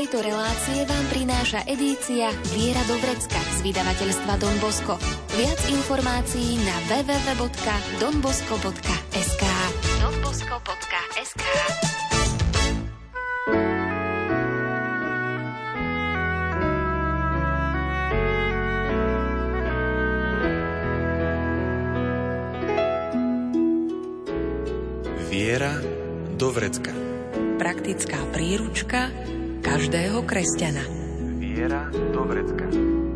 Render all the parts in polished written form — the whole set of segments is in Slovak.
tejto relácie vám prináša edícia Viera do vrecka z vydavateľstva Don Bosco. Viac informácií na www.donbosco.sk. donbosco.sk. Viera do vrecka. Praktická príručka každého kresťana. Viera do vrecka.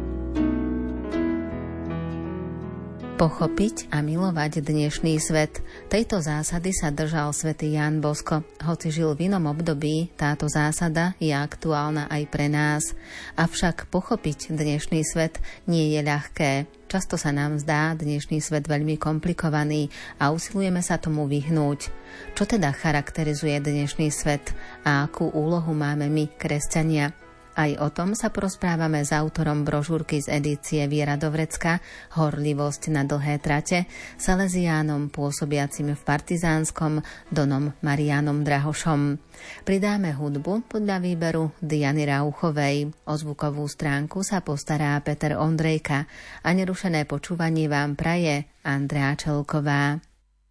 Pochopiť a milovať dnešný svet. Tejto zásady sa držal svätý Ján Bosko. Hoci žil v inom období, táto zásada je aktuálna aj pre nás. Avšak pochopiť dnešný svet nie je ľahké. Často sa nám zdá dnešný svet veľmi komplikovaný a usilujeme sa tomu vyhnúť. Čo teda charakterizuje dnešný svet a akú úlohu máme my, kresťania? Aj o tom sa porozprávame s autorom brožúrky z edície Viera do vrecka Horlivosť na dlhé trate, saleziánom pôsobiacim v Partizánskom Donom Mariánom Drahošom. Pridáme hudbu podľa výberu Diany Rauchovej. O zvukovú stránku sa postará Peter Ondrejka a nerušené počúvanie vám praje Andrea Čelková.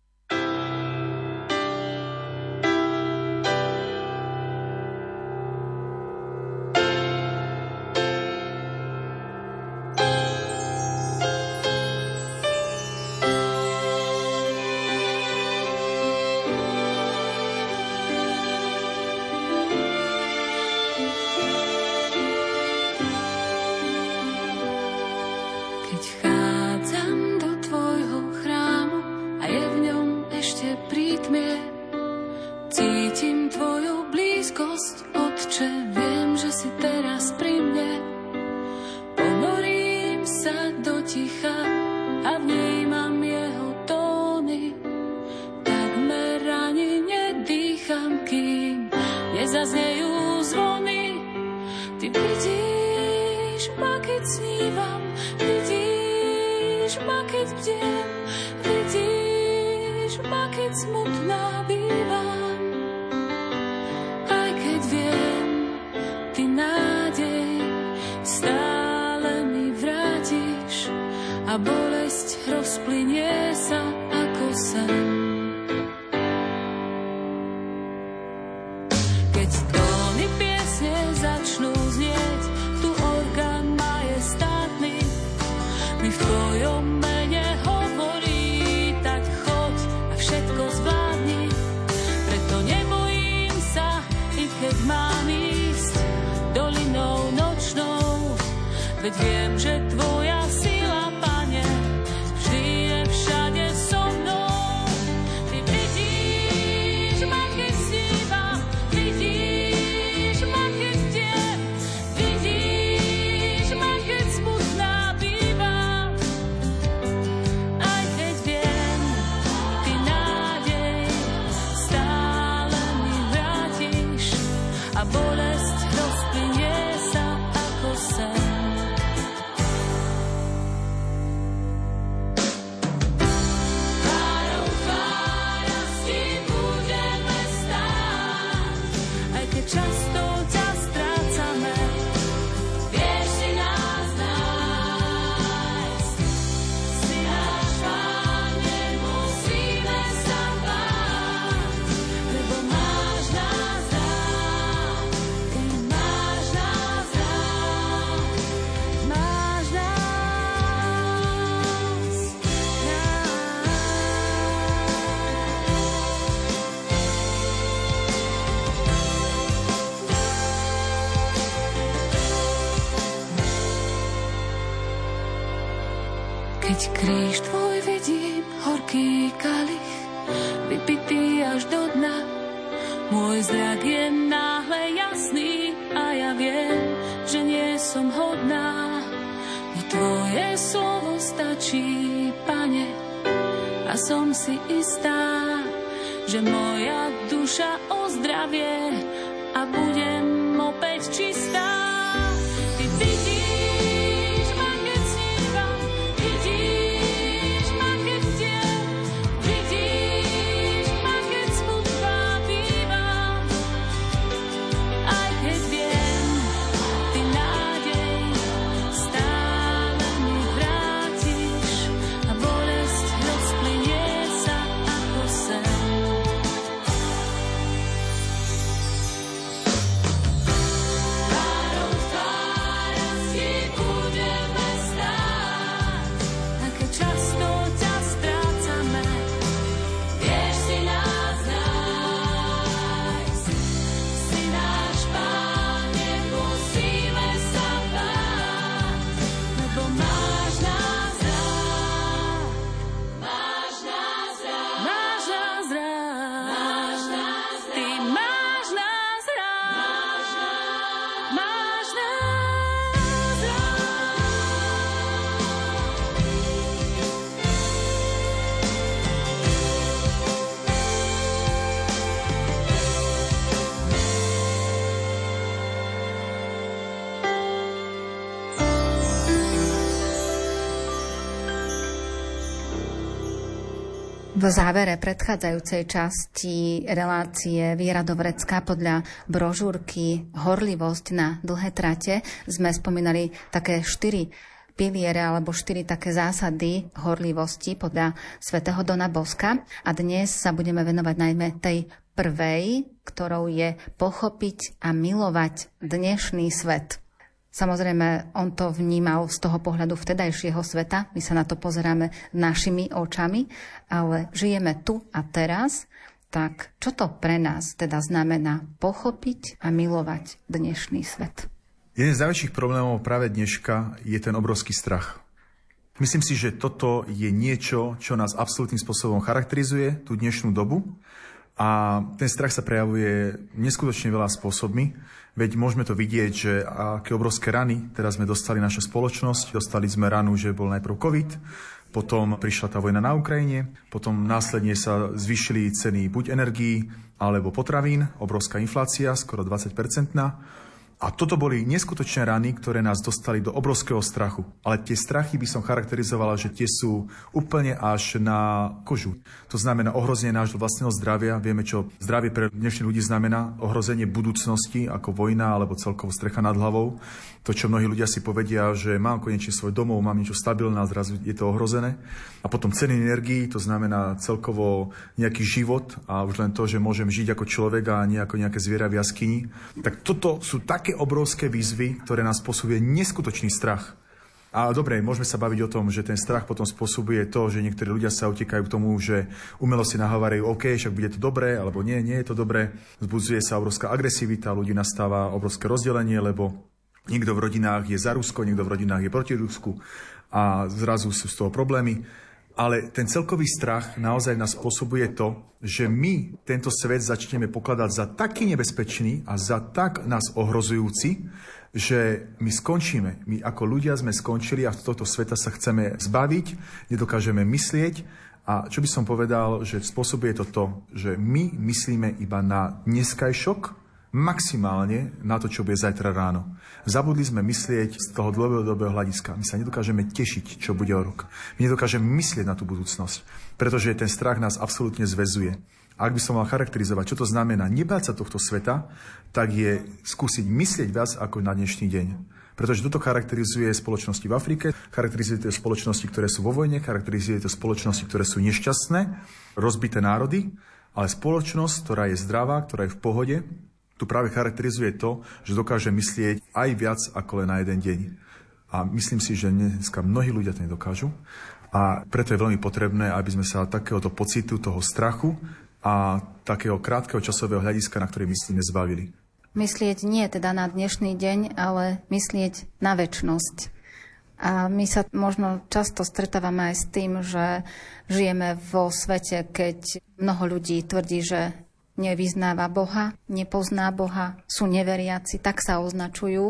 Keď kríž tvoj vidím, horký kalich, vypitý až do dna, môj zrak je náhle jasný a ja viem, že nie som hodná. No tvoje slovo stačí, Pane, a som si istá, že moja duša ozdravie a budem opäť čistá. Aj keď viem, V závere predchádzajúcej časti relácie Viera do vrecka podľa brožúrky Horlivosť na dlhé trate sme spomínali také 4 piliere alebo 4 také zásady horlivosti podľa svätého Dona Boska. A dnes sa budeme venovať najmä tej prvej, ktorou je pochopiť a milovať dnešný svet. Samozrejme, on to vnímal z toho pohľadu vtedajšieho sveta. My sa na to pozeráme našimi očami, ale žijeme tu a teraz. Tak čo to pre nás teda znamená pochopiť a milovať dnešný svet? Jeden z najväčších problémov práve dneška je ten obrovský strach. Myslím si, že toto je niečo, čo nás absolútnym spôsobom charakterizuje tú dnešnú dobu. A ten strach sa prejavuje neskutočne veľa spôsobmi. Veď môžeme to vidieť, že aké obrovské rany teraz sme dostali naša spoločnosť. Dostali sme ranu, že bol najprv COVID, potom prišla tá vojna na Ukrajine, potom následne sa zvýšili ceny buď energií, alebo potravín, obrovská inflácia, skoro 20%. A toto boli neskutočné rany, ktoré nás dostali do obrovského strachu. Ale tie strachy by som charakterizovala, že tie sú úplne až na kožu. To znamená ohrozenie nášho vlastného zdravia. Vieme, čo zdravie pre dnešných ľudí znamená. Ohrozenie budúcnosti, ako vojna alebo celkovo strecha nad hlavou. To, čo mnohí ľudia si povedia, že mám konečne svoj domov, mám niečo stabilné a zrazu je to ohrozené. A potom ceny energií, to znamená celkovo nejaký život a už len to, že môžem žiť ako človek a nie ako nejaké zviera v jaskyni. Tak toto sú také obrovské výzvy, ktoré nás spôsobuje neskutočný strach. A dobre, môžeme sa baviť o tom, že ten strach potom spôsobuje to, že niektorí ľudia sa utekajú k tomu, že umelo si nahovárajú, OK, však bude to dobré, alebo nie je to dobré. Vzbudzuje sa obrovská agresivita, ľudí nastáva obrovské rozdelenie, lebo niekto v rodinách je za Rusko, niekto v rodinách je proti Rusku a zrazu sú z toho problémy. Ale ten celkový strach naozaj nás spôsobuje to, že my tento svet začneme pokladať za taký nebezpečný a za tak nás ohrozujúci, že my skončíme. My ako ľudia sme skončili a z tohto sveta sa chceme zbaviť, nedokážeme myslieť. A čo by som povedal, že spôsobuje to, že my myslíme iba na dneskajšok, maximálne na to, čo bude zajtra ráno. Zabudli sme myslieť z toho dlhodobého hľadiska. My sa nedokážeme tešiť, čo bude o rok. My nedokážeme myslieť na tú budúcnosť, pretože ten strach nás absolútne zväzuje. A ak by som mal charakterizovať, čo to znamená nebáť sa tohto sveta, tak je skúsiť myslieť viac ako na dnešný deň. Pretože toto charakterizuje spoločnosti v Afrike, charakterizuje to spoločnosti, ktoré sú vo vojne, charakterizuje to spoločnosti, ktoré sú nešťastné, rozbité národy, ale spoločnosť, ktorá je zdravá, ktorá je v pohode, tu práve charakterizuje to, že dokáže myslieť aj viac ako len na jeden deň. A myslím si, že dneska mnohí ľudia to nedokážu. A preto je veľmi potrebné, aby sme sa takéhoto pocitu, toho strachu a takého krátkeho časového hľadiska, na ktoré myslíme, zbavili. Myslieť nie teda na dnešný deň, ale myslieť na večnosť. A my sa možno často stretávame aj s tým, že žijeme vo svete, keď mnoho ľudí tvrdí, že nevyznáva Boha, nepozná Boha, sú neveriaci, tak sa označujú.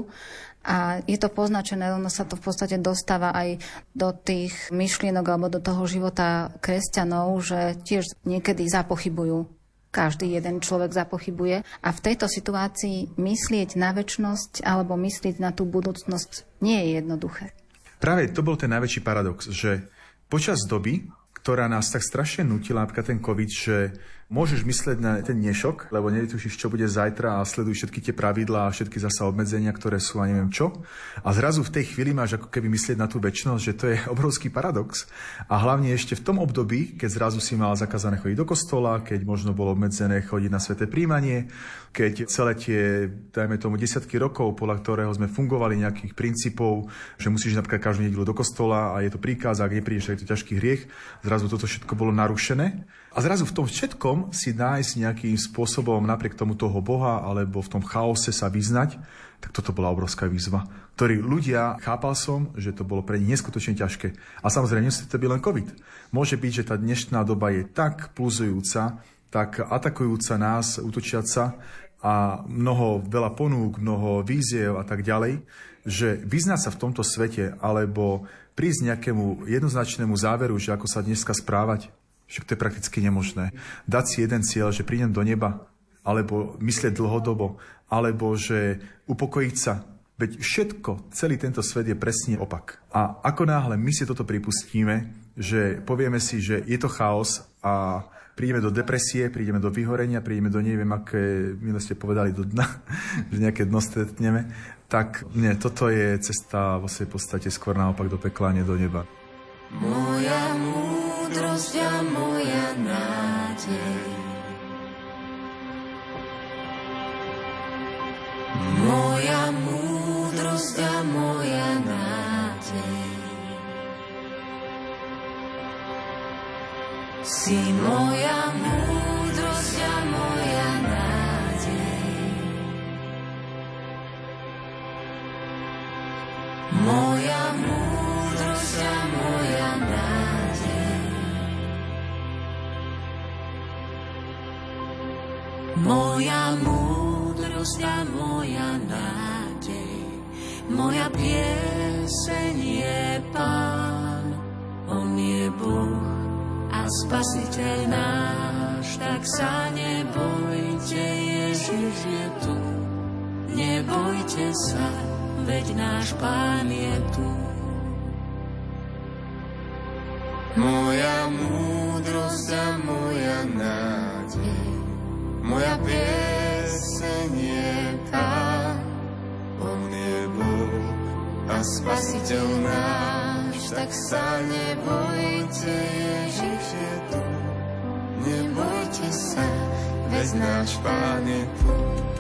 A je to poznačené, ono sa to v podstate dostáva aj do tých myšlienok alebo do toho života kresťanov, že tiež niekedy zapochybujú. Každý jeden človek zapochybuje. A v tejto situácii myslieť na večnosť alebo myslieť na tú budúcnosť nie je jednoduché. Práve to bol ten najväčší paradox, že počas doby, ktorá nás tak strašne nutila, napríklad ten COVID, že môžeš myslieť na ten dnešok, lebo netušíš, čo bude zajtra a sleduj všetky tie pravidlá a všetky zasa obmedzenia, ktoré sú a neviem čo. A zrazu v tej chvíli máš ako keby myslieť na tú večnosť, že to je obrovský paradox. A hlavne ešte v tom období, keď zrazu si mal zakázané chodiť do kostola, keď možno bolo obmedzené chodiť na sväté príjmanie, keď celé tie, dajme tomu, desiatky rokov, podľa ktorého sme fungovali nejakých princípov, že musíš napríklad každú nedeľu do kostola a je to príkaz, ak neprídeš, tak je to ťažký hriech. Zrazu toto všetko bolo narušené. A zrazu v tom všetkom si nájsť nejakým spôsobom napriek tomu toho Boha alebo v tom chaose sa vyznať, tak toto bola obrovská výzva, ktorý ľudia, chápal som, že to bolo pre nich neskutočne ťažké. A samozrejme, nemusí to byť len COVID. Môže byť, že tá dnešná doba je tak pluzujúca, tak atakujúca nás, útočiaca a veľa ponúk, mnoho víziev a tak ďalej, že vyznať sa v tomto svete alebo prísť nejakému jednoznačnému záveru, že ako sa dneska správať, však to je prakticky nemožné. Dať si jeden cieľ, že prídem do neba, alebo myslieť dlhodobo, alebo že upokojiť sa. Veď všetko, celý tento svet je presne opak. A ako náhle my si toto pripustíme, že povieme si, že je to chaos a prídeme do depresie, prídeme do vyhorenia, prídeme do neviem aké, milé ste povedali, do dna, že nejaké dno stretneme, tak nie, toto je cesta vo svojej podstate skôr naopak do pekla, nie do neba. Moja múdrosť a moja nádej, moja múdrosť a moja nádej, si moja múdrosť a moja nádej, moja múdrosť a moja nádej, moja múdrosť a moja nádej, moja pieseň je Pán, on je Boh a Spasiteľ náš, tak sa nebojte, Ježiš je tu. Nebojte sa, veď náš Pán je tu. Moja múdrosť a moja nádej, moja pieseň je Pán, on je Boh a Spasiteľ náš, tak sa nebojte, Ježiš je tu. Nebojte sa, veď náš Pán je tu.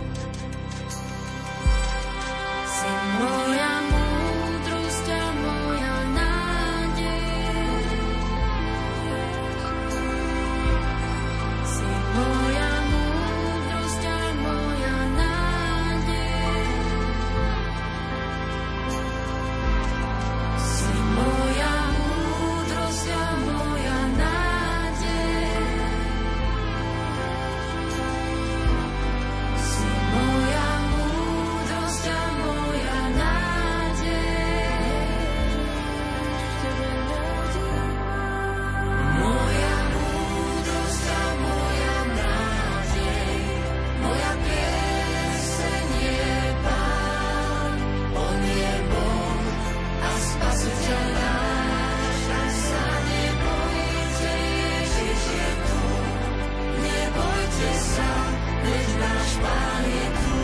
Si moja múdrosť a moja nádej, si moja múdrosť a moja nádej, si moja múdrosť a moja nádej, si moja múdrosť a moja nádej, moja múdrosť a moja nádej, moja pieseň je Pán, on je Boh a Spasiteľ náš, tak sa nebojte, Ježiš je tu. Nebojte sa, veď náš Pán je tu.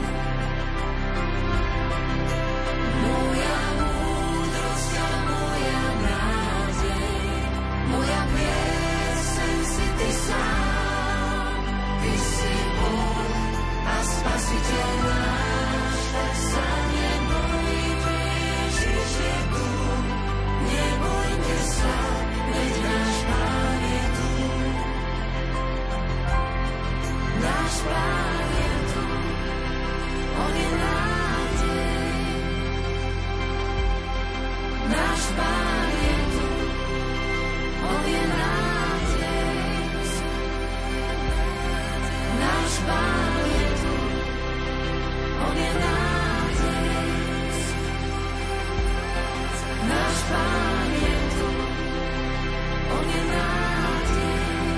Moja múdrosť a moja nádej, moja pieseň si ty sám, ty si Boh a Spasiteľ náš, tak sa nebojte, Ježiš je tu. Nebojte sa, veď náš Pán je tu. Náš Pán je tu, on je nádej. Náš Pán je tu, on je nádej. Náš Pán je tu, on je nádej. Náš Pán je tu, on je nádej.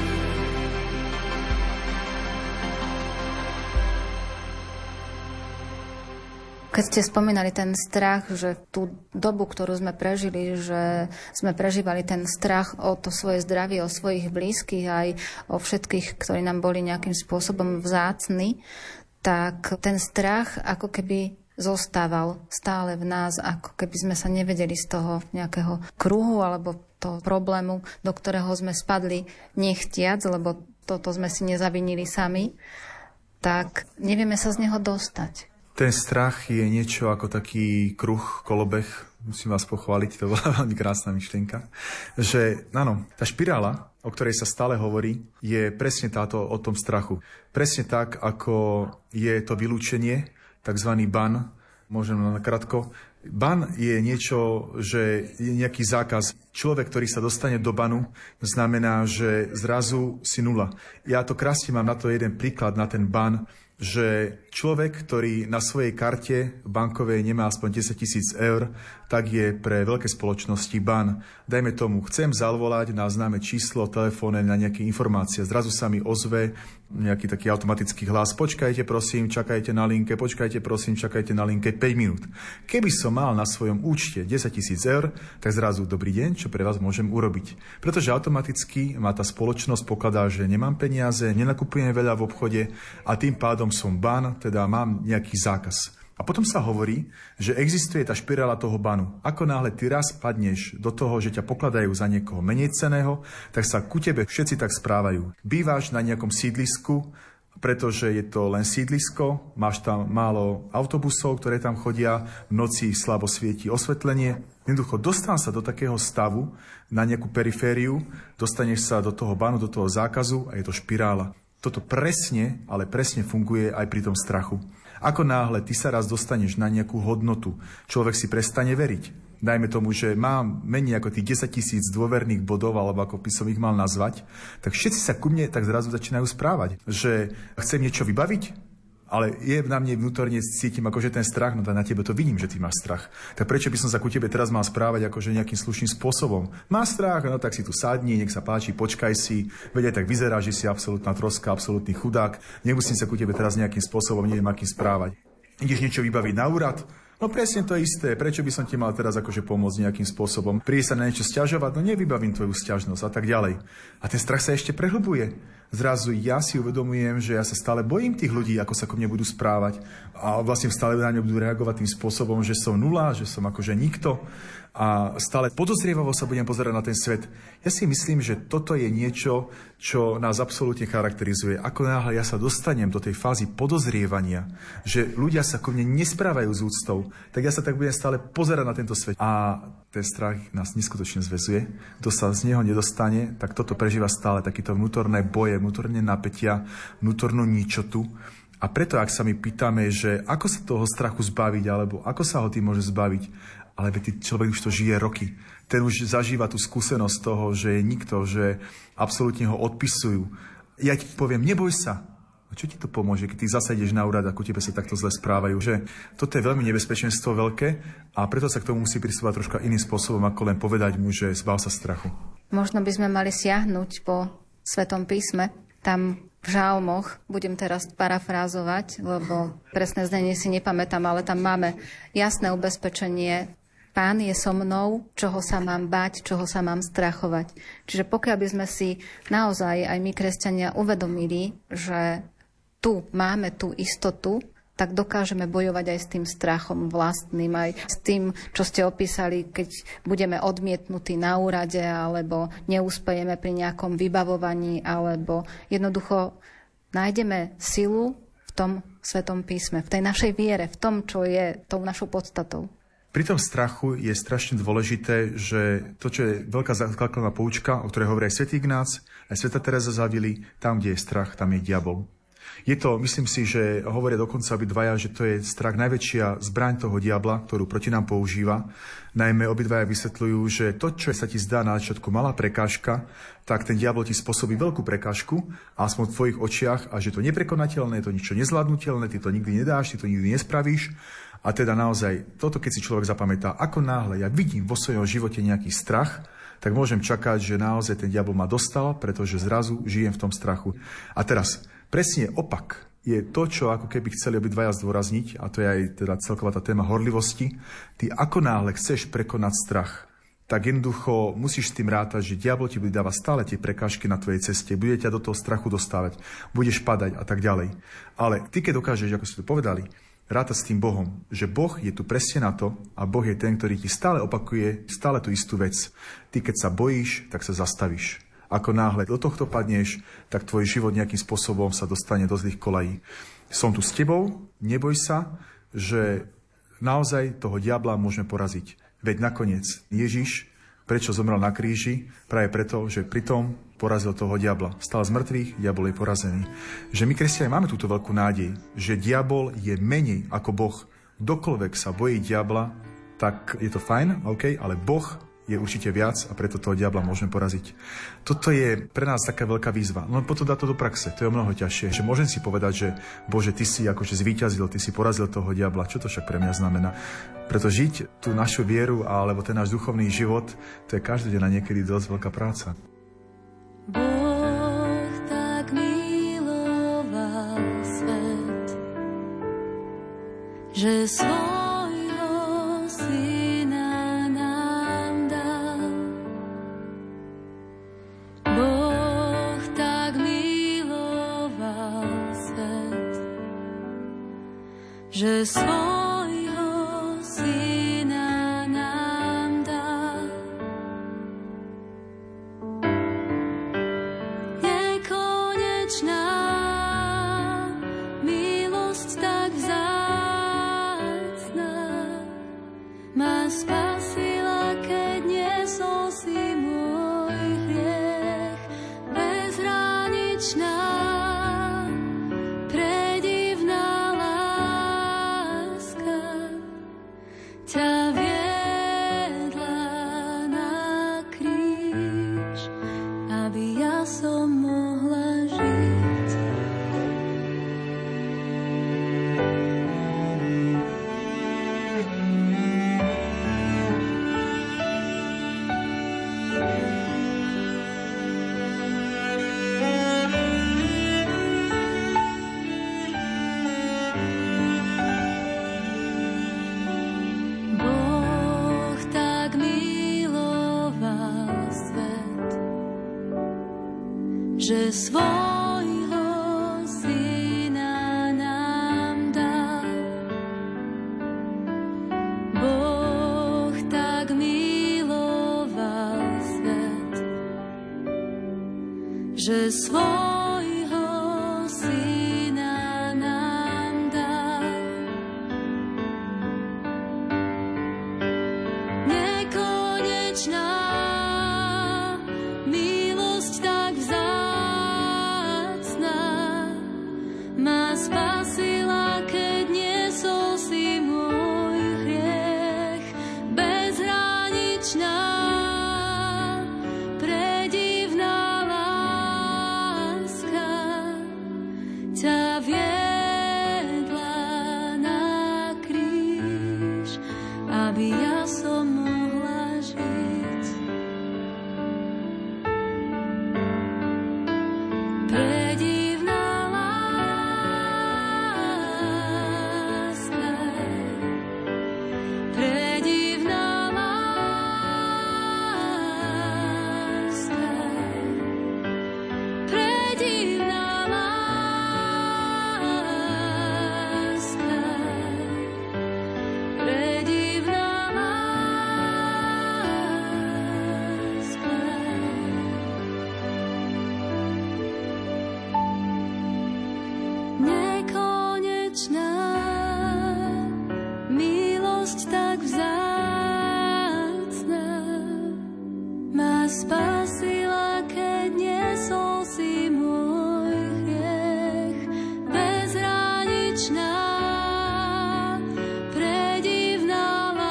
Keď ste spomínali ten strach, že tú dobu, ktorú sme prežili, že sme prežívali ten strach o to svoje zdravie, o svojich blízkych, aj o všetkých, ktorí nám boli nejakým spôsobom vzácni, tak ten strach ako keby zostával stále v nás, ako keby sme sa nevedeli z toho nejakého kruhu alebo toho problému, do ktorého sme spadli nechtiac, lebo toto sme si nezavinili sami, tak nevieme sa z neho dostať. Ten strach je niečo ako taký kruh, kolobeh, musím vás pochváliť, to bola veľmi krásna myšlienka, že áno, tá špirála, o ktorej sa stále hovorí, je presne táto o tom strachu. Presne tak, ako je to vylúčenie, takzvaný ban, môžem len krátko. Ban je niečo, že je nejaký zákaz. Človek, ktorý sa dostane do banu, znamená, že zrazu si nula. Ja to krásne mám na to jeden príklad, na ten ban, že človek, ktorý na svojej karte bankovej nemá aspoň 10 000 eur, tak je pre veľké spoločnosti ban. Dajme tomu, chcem zavolať na známe číslo, telefónne na nejaké informácie. Zrazu sa mi ozve nejaký taký automatický hlas. Počkajte prosím, čakajte na linke, počkajte prosím, čakajte na linke 5 minút. Keby som som mal na svojom účte 10 000 eur, tak zrazu dobrý deň, čo pre vás môžem urobiť. Pretože automaticky ma tá spoločnosť pokladá, že nemám peniaze, nenakupujem veľa v obchode a tým pádom som ban, teda mám nejaký zákaz. A potom sa hovorí, že existuje tá špirála toho banu. Ako náhle ty raz padneš do toho, že ťa pokladajú za niekoho menej cenného, tak sa ku tebe všetci tak správajú. Bývaš na nejakom sídlisku, pretože je to len sídlisko, máš tam málo autobusov, ktoré tam chodia, v noci slabo svieti osvetlenie. Jednoducho dostan sa do takého stavu na nejakú perifériu, dostaneš sa do toho banu, do toho zákazu a je to špirála. Toto presne, ale presne funguje aj pri tom strachu. Ako náhle ty sa raz dostaneš na nejakú hodnotu, človek si prestane veriť. Dajme tomu, že mám menej ako tých 10 000 dôverných bodov, alebo ako by som ich mal nazvať, tak všetci sa ku mne tak zrazu začínajú správať, že chcem niečo vybaviť, ale je na mne vnútorne cítim akože ten strach, no tak na tebe to vidím, že ty máš strach. Tak prečo by som sa ku tebe teraz mal správať akože nejakým slušným spôsobom? Máš strach, no tak si tu sadni, nech sa páči, počkaj si, veď aj tak vyzerá, že si absolútna troska, absolútny chudák, nemusím sa ku tebe teraz nejakým spôsobom, neviem akým správať. Ideš niečo vybaviť na úrad? No presne to isté, prečo by som ti mal teraz akože pomôcť nejakým spôsobom? Príde sa na niečo sťažovať, no nevybavím tvoju sťažnosť a tak ďalej. A ten strach sa ešte prehlbuje. Zrazu ja si uvedomujem, že ja sa stále bojím tých ľudí, ako sa ku mne budú správať a vlastne stále na ňu budú reagovať tým spôsobom, že som nula, že som akože nikto a stále podozrievavo sa budem pozerať na ten svet. Ja si myslím, že toto je niečo, čo nás absolútne charakterizuje. Ako náhle ja sa dostanem do tej fázy podozrievania, že ľudia sa ku mne nesprávajú s úctou, tak ja sa tak budem stále pozerať na tento svet. A ten strach nás neskutočne zväzuje. Kto sa z neho nedostane, tak toto prežíva stále takéto vnútorné boje, vnútorné napätia, vnútornú ničotu. A preto, ak sa my pýtame, že ako sa toho strachu zbaviť, alebo ako sa ho tým môže zbaviť, ale človek už to žije roky. Ten už zažíva tú skúsenosť toho, že je nikto, že absolútne ho odpisujú. Ja ti poviem, neboj sa. A čo ti to pomôže, keď ty zase ideš na úrad a ku tebe sa takto zle správajú? Že toto je veľmi nebezpečenstvo veľké a preto sa k tomu musí pristúpať troška iným spôsobom, ako len povedať mu, že zbav sa strachu. Možno by sme mali siahnuť po Svetom písme. Tam v žalmoch, budem teraz parafrázovať, lebo presné znenie si nepamätám, ale tam máme jasné ubezpečenie. Pán je so mnou, čoho sa mám báť, čoho sa mám strachovať. Čiže pokiaľ by sme si naozaj aj my, kresťania, uvedomili, že tu máme tú istotu, tak dokážeme bojovať aj s tým strachom vlastným, aj s tým, čo ste opísali, keď budeme odmietnutí na úrade, alebo neúspejeme pri nejakom vybavovaní, alebo jednoducho nájdeme silu v tom Svetom písme, v tej našej viere, v tom, čo je tou našou podstatou. Pri tom strachu je strašne dôležité, že to, čo je veľká základná poučka, o ktorej hovorí aj svätý Ignác, aj svätá Teresa z Avily, tam, kde je strach, tam je diabol. Je to, myslím si, že hovoria dokonca obidvaja, že to je strach najväčšia zbraň toho diabla, ktorú proti nám používa. Najmä obidvaja vysvetľujú, že to, čo sa ti zdá na začiatku malá prekážka, tak ten diabol ti spôsobí veľkú prekážku, aspoň v tvojich očiach, a že to neprekonateľné, to niečo nezvládnutelné, ty to nikdy nedáš, ty to nikdy nespravíš. A teda naozaj, toto keď si človek zapamätá, ako náhle ja vidím vo svojom živote nejaký strach, tak môžem čakať, že naozaj ten diabol ma dostal, pretože zrazu žijem v tom strachu. A teraz, presne opak je to, čo ako keby chceli obidvaja zdôrazniť, a to je aj teda celková tá téma horlivosti. Ty ako náhle chceš prekonať strach, tak jednoducho musíš s tým rátať, že diabol ti bude dávať stále tie prekážky na tvojej ceste, bude ťa do toho strachu dostávať, budeš padať a tak ďalej. Ale ty, keď dokážeš, ako ste to povedali, rátať s tým Bohom, že Boh je tu presne na to a Boh je ten, ktorý ti stále opakuje stále tú istú vec. Ty, keď sa bojíš, tak sa zastavíš. Ako náhle do tohto padneš, tak tvoj život nejakým spôsobom sa dostane do zlých kolají. Som tu s tebou, neboj sa, že naozaj toho diabla môžeme poraziť. Veď nakoniec Ježiš, prečo zomrel na kríži? Práve preto, že pritom porazil toho diabla. Stal z mŕtvych, diabol je porazený. Že my, kresťania, máme túto veľkú nádej, že diabol je menej ako Boh. Kdokoľvek sa bojí diabla, tak je to fajn, OK, ale Boh je určite viac a preto toho diabla môžeme poraziť. Toto je pre nás taká veľká výzva. No potom dá to do praxe, to je mnoho ťažšie. Že môžem si povedať, že Bože, ty si akože zvíťazil, ty si porazil toho diabla. Čo to však pre mňa znamená? Preto žiť tú našu vieru alebo ten náš duchovný život, to je každodenná niekedy dosť veľká práca. Boh tak miloval svet, že svojho syna že svojho syna nám dal. Nekonečná milosť tak vzácna ma spasila, keď niesol si môj hriech. Bezhraničná, predivná láska ťa viedla na kríž, aby ja som mohla žiť. Boh tak miloval svet, že svojho syna nám dal. Boh tak miloval svet, že svojho syna nám dal. Nekonečná milosť tak vzácna ma spasila, keď niesol si môj hriech. Bezhraničná, predivná láska ťa viedla na kríž, aby ja som mohla žiť. Predivná láska, predivná láska, predivná láska, predivná láska. Nekonečná milosť tak vzácna ma spasila, keď niesol si môj hriech. Bezhraničná, predivná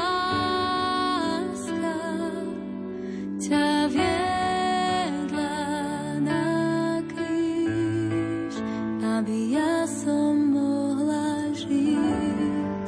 láska ťa viedla na kríž, aby ja som mohla žiť.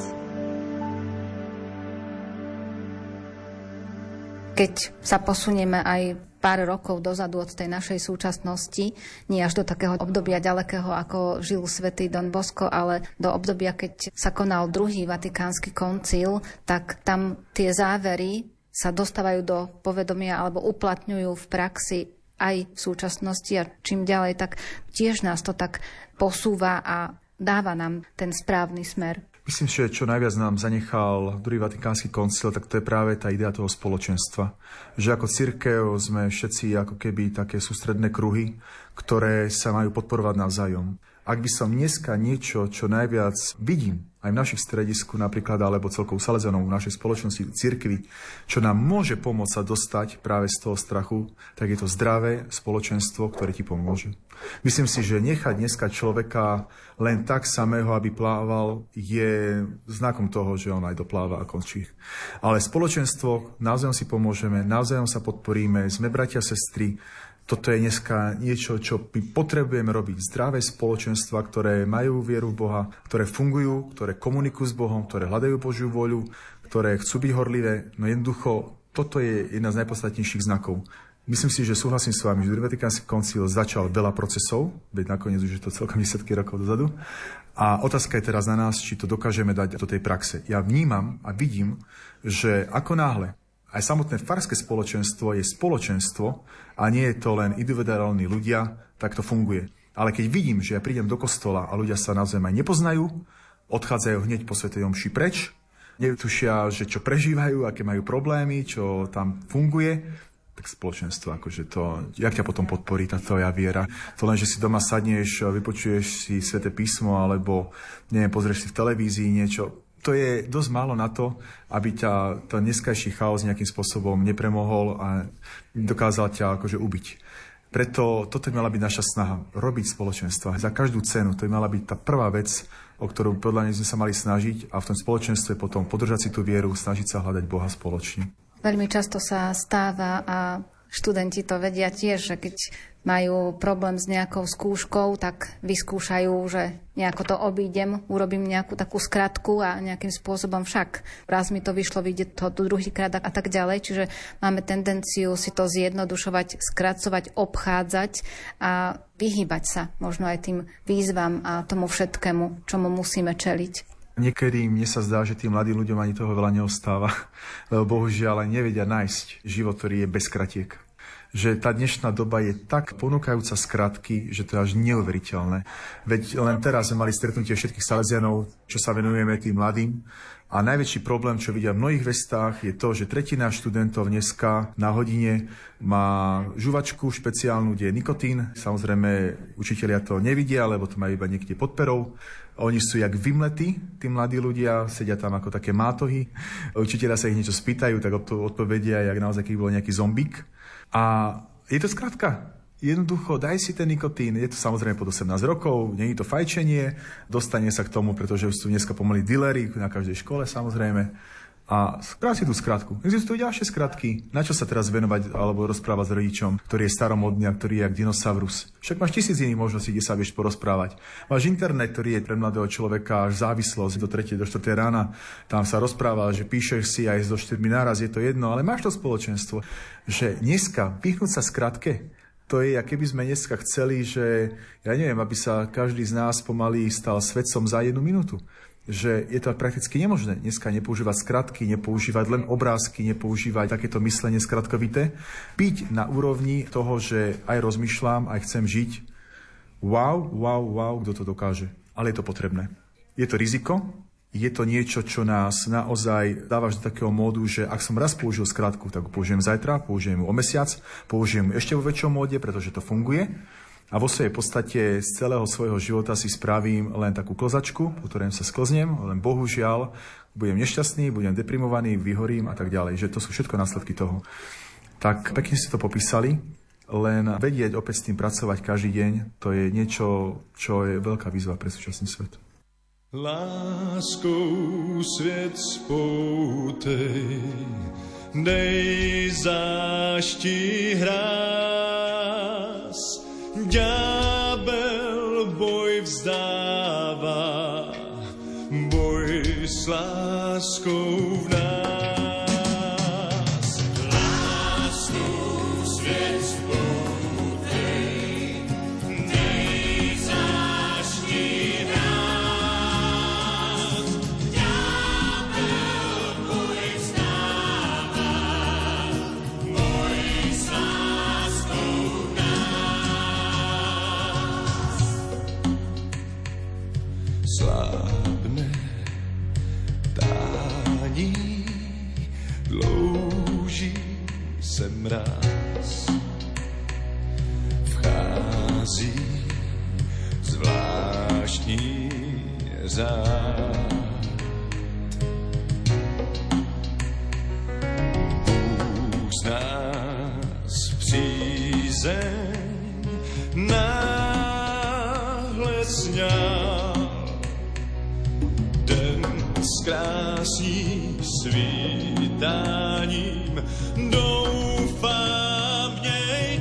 Keď sa posunieme aj pár rokov dozadu od tej našej súčasnosti, nie až do takého obdobia ďalekého, ako žil svätý Don Bosco, ale do obdobia, keď sa konal druhý vatikánsky koncil, tak tam tie závery sa dostávajú do povedomia alebo uplatňujú v praxi aj v súčasnosti, a čím ďalej, tak tiež nás to tak posúva a dáva nám ten správny smer. Myslím, že čo najviac nám zanechal druhý vatikánsky koncil, tak to je práve tá idea toho spoločenstva. Že ako cirkev sme všetci ako keby také sústredné kruhy, ktoré sa majú podporovať navzájom. Ak by som dneska niečo, čo najviac vidím aj v našich stredisku napríklad, alebo celkovo Salesianov v našej spoločnosti, cirkvi, čo nám môže pomôcť sa dostať práve z toho strachu, tak je to zdravé spoločenstvo, ktoré ti pomôže. Myslím si, že nechať dneska človeka len tak samého, aby plával, je znakom toho, že on aj dopláva a končí. Ale spoločenstvo, navzájom si pomôžeme, navzájom sa podporíme, sme bratia, sestry. Toto je dneska niečo, čo my potrebujeme robiť. Zdravé spoločenstva, ktoré majú vieru v Boha, ktoré fungujú, ktoré komunikujú s Bohom, ktoré hľadajú Božiu voľu, ktoré chcú byť horlivé. No jednoducho, toto je jedna z najpodstatnejších znakov. Myslím si, že súhlasím s vami, že druhý vatikánsky koncil začal veľa procesov, veď nakoniec už je to celkom 10 rokov dozadu. A otázka je teraz na nás, či to dokážeme dať do tej praxe. Ja vnímam a vidím, že ako náhle aj samotné farské spoločenstvo je spoločenstvo a nie je to len individuálni ľudia, tak to funguje. Ale keď vidím, že ja prídem do kostola a ľudia sa naozaj aj nepoznajú, odchádzajú hneď po svätej omši preč, netušia, že čo prežívajú, aké majú problémy, čo tam funguje. Tak spoločenstvo, akože to, jak ťa potom podporí tá tvoja viera. To len, že si doma sadneš, vypočuješ si sväté písmo, alebo neviem, pozrieš si v televízii niečo. To je dosť málo na to, aby ťa ten dneskajší chaos nejakým spôsobom nepremohol a dokázal ťa akože ubiť. Preto toto by mala byť naša snaha, robiť spoločenstva. Za každú cenu, to by mala byť tá prvá vec, o ktorú podľa mňa sme sa mali snažiť a v tom spoločenstve potom podržať si tú vieru, snažiť sa hľadať Boha spoločne. Veľmi často sa stáva a študenti to vedia tiež, že keď majú problém s nejakou skúškou, tak vyskúšajú, že nejako to obídem, urobím nejakú takú skratku a nejakým spôsobom však raz mi to vyšlo, vyjde to druhýkrát a tak ďalej. Čiže máme tendenciu si to zjednodušovať, skracovať, obchádzať a vyhýbať sa možno aj tým výzvam a tomu všetkému, čomu musíme čeliť. Niekedy mne sa zdá, že tým mladým ľuďom ani toho veľa neostáva, lebo bohužiaľ aj nevedia nájsť život, ktorý je bez kratiek. Že tá dnešná doba je tak ponúkajúca skratky, že to je až neuveriteľné. Veď len teraz sme mali stretnutie všetkých Salesianov, čo sa venujeme tým mladým. A najväčší problém, čo vidia v mnohých vestách, je to, že tretina študentov dneska na hodine má žuvačku špeciálnu, kde je nikotín. Samozrejme, učitelia to nevidia, lebo to majú iba niekde pod perou. Oni sú jak vymletí, tí mladí ľudia, sedia tam ako také mátohy. Učitelia sa ich niečo spýtajú, tak odpovedia, jak naozaj, keď bol nejaký zombík. A je to skrátka. Jednoducho, daj si ten nikotín, je to samozrejme pod 18 rokov, nie je to fajčenie, dostane sa k tomu, pretože už sú dneska pomaly dealery na každej škole samozrejme. A správ si tú skratku. Existujú ďalšie skratky. Na čo sa teraz venovať alebo rozprávať s rodičom, ktorý je staromodný a ktorý je jak dinosaurus? Však máš 1000 iných možností, kde sa vieš porozprávať. Máš internet, ktorý je pre mladého človeka až závislosť do 3. do 4. rána. Tam sa rozpráva, že píšeš si aj so 4 náraz, je to jedno, ale máš to spoločenstvo. Že dneska vyhnúť sa skratke, to je, ako keby sme dneska chceli, že, ja neviem, aby sa každý z nás pomaly stal svedcom za 1 minútu. Že je to prakticky nemožné dneska nepoužívať skratky, nepoužívať len obrázky, nepoužívať takéto myslenie skratkovité. Byť na úrovni toho, že aj rozmýšľam, aj chcem žiť. Wow, kto to dokáže. Ale je to potrebné. Je to riziko, je to niečo, čo nás naozaj dáva do takého módu, že ak som raz použil skratku, tak ho použijem zajtra, použijem ju o mesiac, použijem ju ešte vo väčšom móde, pretože to funguje. A vo svojej podstate z celého svojho života si spravím len takú klozačku, po ktorej sa sklznem, len bohužiaľ budem nešťastný, budem deprimovaný, vyhorím a tak ďalej. Že to sú všetko následky toho. Tak pekne si to popísali, len vedieť opäť s tým pracovať každý deň, to je niečo, čo je veľká výzva pre súčasný svet. Láskou svět spoutej, dej zášti hráz. Ďábel boj vzdává, boj s láskou v nás. Láskou svět spoutej, dej zášti hráz. Ďábel boj vzdává, boj s láskou v nás. Slábne tání, dlouží se mráz. Vchází zvláštní řád. Bůh z nás přízeň náhle sňal. Den zkrásní svítáním, doufám v něj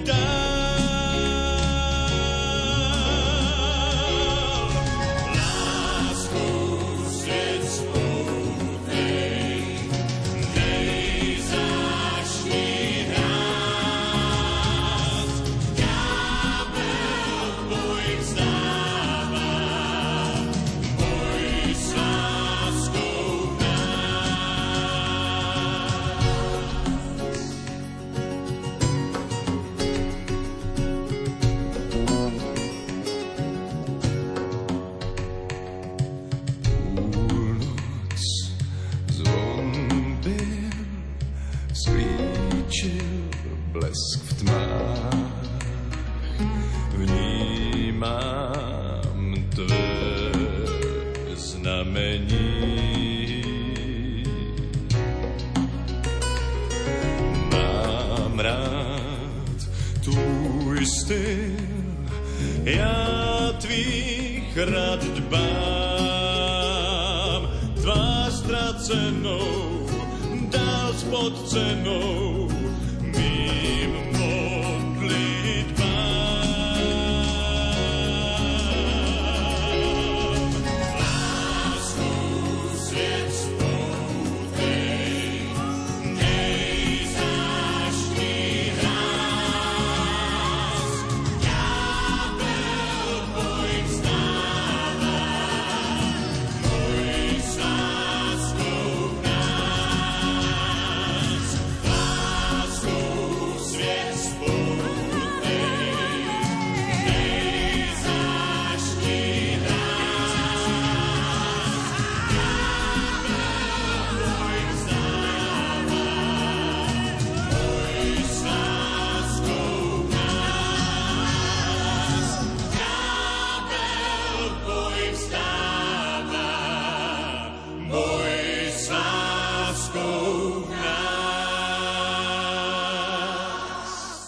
dál. Láskou svět spoutej, dej zášti hrát. Ďábel boj vzdává, boj s láskou v nás. mení. Mám rád tvůj styl, já tvých rad dbám. Tvá ztracenou dál pod cenou mým modlitbám. Lásku svět spoutej, nejzáští hráz. Ďábel boj vstává, boj s láskou v nás. Láskou svět spoutej, nejzáští hráz. Ďábel boj vstává, boj s láskou v nás. Ďábel boj vstává, boj s láskou v nás.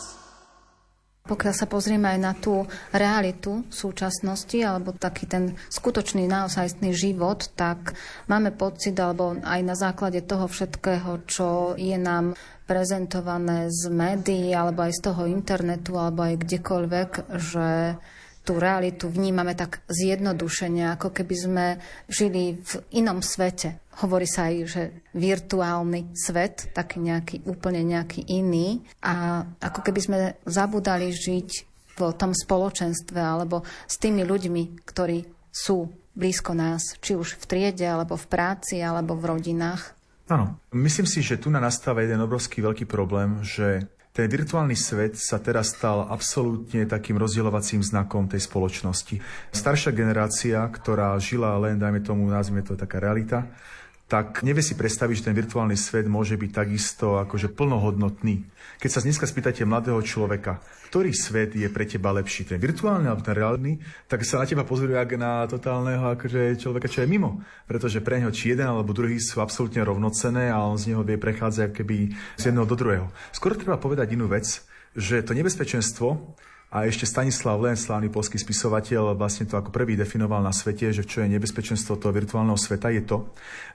Pokiaľ sa pozrieme aj na tú realitu súčasnosti, alebo taký ten skutočný naozajstný život, tak máme pocit, alebo aj na základe toho všetkého, čo je nám prezentované z médií, alebo aj z toho internetu, alebo aj kdekoľvek, že tú realitu vnímame tak zjednodušene, ako keby sme žili v inom svete. Hovorí sa aj, že virtuálny svet, taký nejaký, úplne nejaký iný. A ako keby sme zabudali žiť v tom spoločenstve alebo s tými ľuďmi, ktorí sú blízko nás, či už v triede, alebo v práci, alebo v rodinách. Áno, myslím si, že tu nastáva jeden obrovský veľký problém, že ten virtuálny svet sa teraz stal absolútne takým rozdielovacím znakom tej spoločnosti. Staršia generácia, ktorá žila len, dajme tomu, nazvime to taká realita, tak nevie si predstaviť, že ten virtuálny svet môže byť takisto akože plnohodnotný. Keď sa dneska spýtate mladého človeka, ktorý svet je pre teba lepší, ten virtuálny alebo ten reálny, tak sa na teba pozoruje ako na totálneho akože človeka, čo je mimo. Pretože pre neho či jeden alebo druhý sú absolútne rovnocenné a on z neho vie prechádzať keby z jedného do druhého. Skôr treba povedať inú vec, že to nebezpečenstvo, a ešte Stanislav Lem, slávny poľský spisovateľ, vlastne to ako prvý definoval na svete, že čo je nebezpečenstvo toho virtuálneho sveta, je to,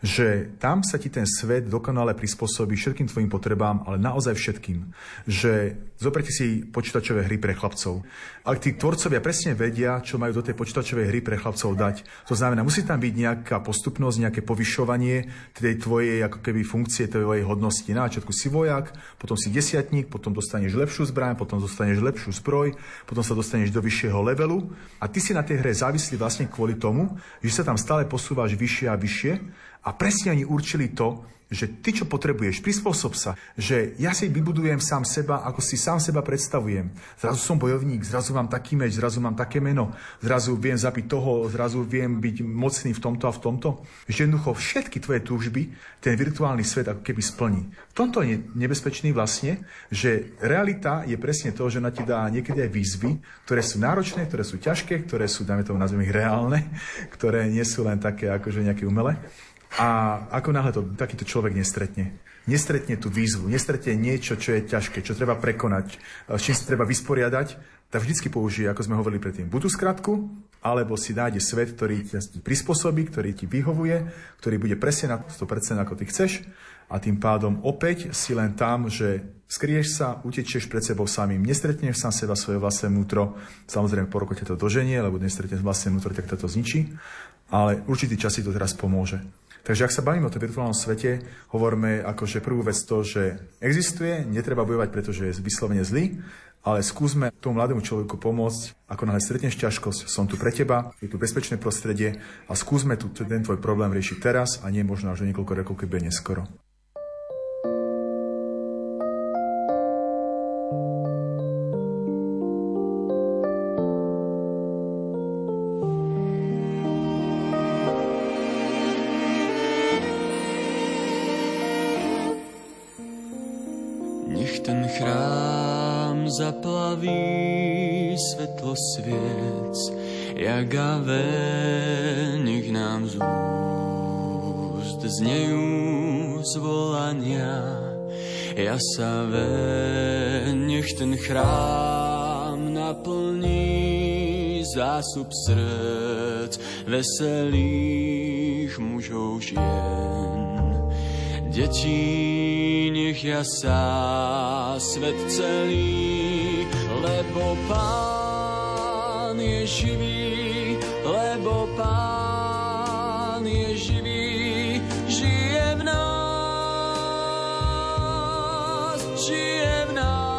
že tam sa ti ten svet dokonale prispôsobí všetkým tvojim potrebám, ale naozaj všetkým. Že zoberte si počítačové hry pre chlapcov. Ale tí tvorcovia presne vedia, čo majú do tej počítačovej hry pre chlapcov dať. To znamená, musí tam byť nejaká postupnosť, nejaké povyšovanie tej tvojej ako keby funkcie, tvojej hodnosti. Na začiatku si vojak, potom si desiatník, potom dostaneš lepšiu zbraň, potom dostaneš lepšiu zbroj, potom sa dostaneš do vyššieho levelu a ty si na tej hre závislý vlastne kvôli tomu, že sa tam stále posúvaš vyššie a vyššie a presne oni určili to, že ty, čo potrebuješ, prispôsob sa, že ja si vybudujem sám seba, ako si sám seba predstavujem. Zrazu som bojovník, zrazu mám taký meč, zrazu mám také meno, zrazu viem zabiť toho, zrazu viem byť mocný v tomto a v tomto. Že jednoducho všetky tvoje túžby ten virtuálny svet ako keby splní. V tomto je nebezpečný vlastne, že realita je presne to, že ona ti dá niekedy aj výzvy, ktoré sú náročné, ktoré sú ťažké, ktoré sú, dáme tomu, nazveme ich reálne, ktoré nie sú len také akože nejaké umelé. A ako náhle to takýto človek nestretne tú výzvu, nestretne niečo, čo je ťažké, čo treba prekonať, s čím sa treba vysporiadať, tak vždycky použije, ako sme hovorili predtým, buď tú skratku, alebo si nájde svet, ktorý ti prispôsobí, ktorý ti vyhovuje, ktorý bude presne na 100% ako ty chceš a tým pádom opäť si len tam, že skryješ sa, utečieš pred sebou samým, nestretneš sám seba, svoje vlastné vnútro, samozrejme po roku ťa to doženie, lebo nestretneš vlastné vnútro, tak to zničí, ale určitý čas si to teraz pomôže. Takže ak sa bavíme o tom virtuálnom svete, hovoríme akože prvú vec to, že existuje, netreba bojovať, pretože je vyslovene zlý, ale skúsme tomu mladému človeku pomôcť, ako náhle stretneš ťažkosť, som tu pre teba, je tu bezpečné prostredie a skúsme ten tvoj problém riešiť teraz a nie možno až o niekoľko rokov, keď bude neskoro. Ten chrám zaplaví svetlo sviec, jak Ave, nech nám zúri. znejú zvolania. Ja sa nech ten chrám naplní zástup srdc veselých mužov žien. Deti, nech jasá svet celý, lebo Pán je živý, lebo Pán je živý, žije v nás, žije v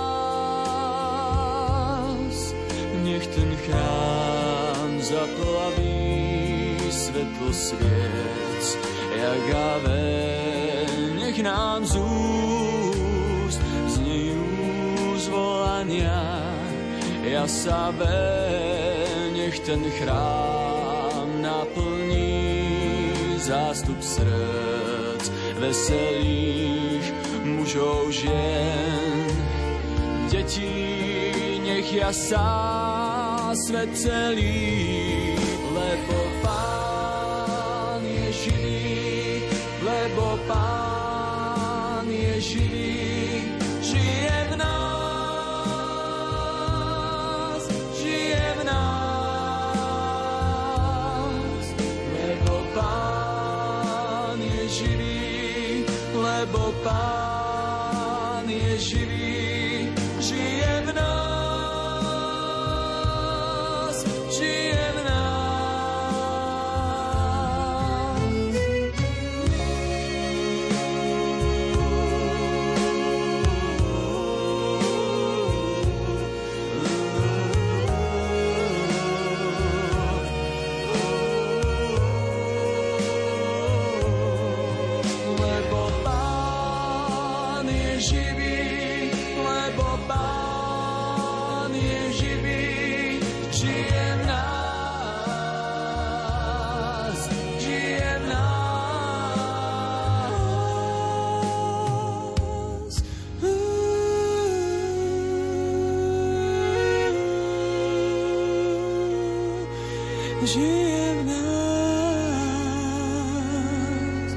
nás. Nech ten chrám zaplaví svetlo sviec, jak nech nám z úst znejú zvolania. Ja sa nech ten chrám naplní zástup srdc veselých mužov žien. Deti, nech jasá svet celý, lebo Pán je živý, lebo Pán je živý, žije v nás, žije v nás. Lebo Pán je živý, lebo Pán je živý, žije v nás, žije v nás. Žije v nás.